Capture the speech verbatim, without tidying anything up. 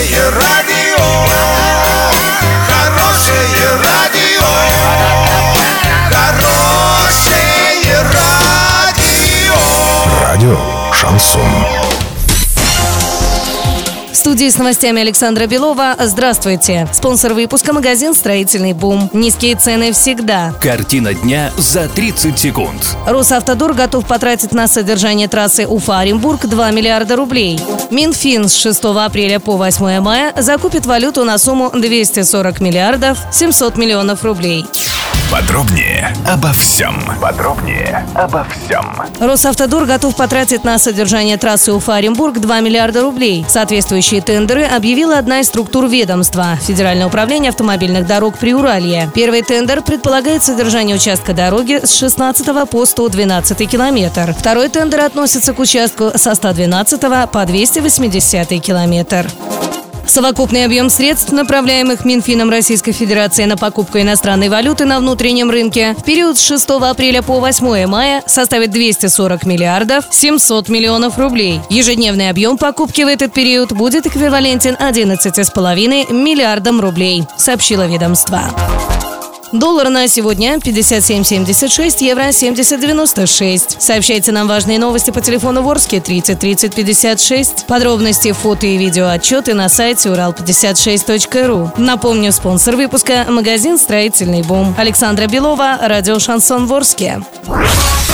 Хорошее радио, хорошее радио, хорошее радио. Радио Шансон. В студии с новостями Александра Белова. Здравствуйте. Спонсор выпуска — магазин «Строительный бум». Низкие цены всегда. Картина дня за тридцать секунд. Росавтодор готов потратить на содержание трассы Уфа-Оренбург два миллиарда рублей. Минфин с шестого апреля по восьмое мая закупит валюту на сумму двести сорок миллиардов семьсот миллионов рублей. Подробнее обо всем. Подробнее обо всем. Росавтодор готов потратить на содержание трассы Уфа-Оренбург два миллиарда рублей. Соответствующие тендеры объявила одна из структур ведомства – Федеральное управление автомобильных дорог Приуралья. Первый тендер предполагает содержание участка дороги с шестнадцатого по сто двенадцатый километр. Второй тендер относится к участку со ста двенадцатого по двести восьмидесятый километр. Совокупный объем средств, направляемых Минфином Российской Федерации на покупку иностранной валюты на внутреннем рынке в период с шестого апреля по восьмое мая составит двести сорок миллиардов семьсот миллионов рублей. Ежедневный объем покупки в этот период будет эквивалентен одиннадцати с половиной миллиардам рублей, сообщило ведомство. Доллар на сегодня пятьдесят семь семьдесят шесть, евро семьдесят девяносто шесть. Сообщайте нам важные новости по телефону Ворске тридцать тридцать пятьдесят шесть. Подробности, фото и видеоотчеты на сайте урал пятьдесят шесть точка ру. Напомню, спонсор выпуска — магазин «Строительный бум». Александра Белова, радио «Шансон» Ворске.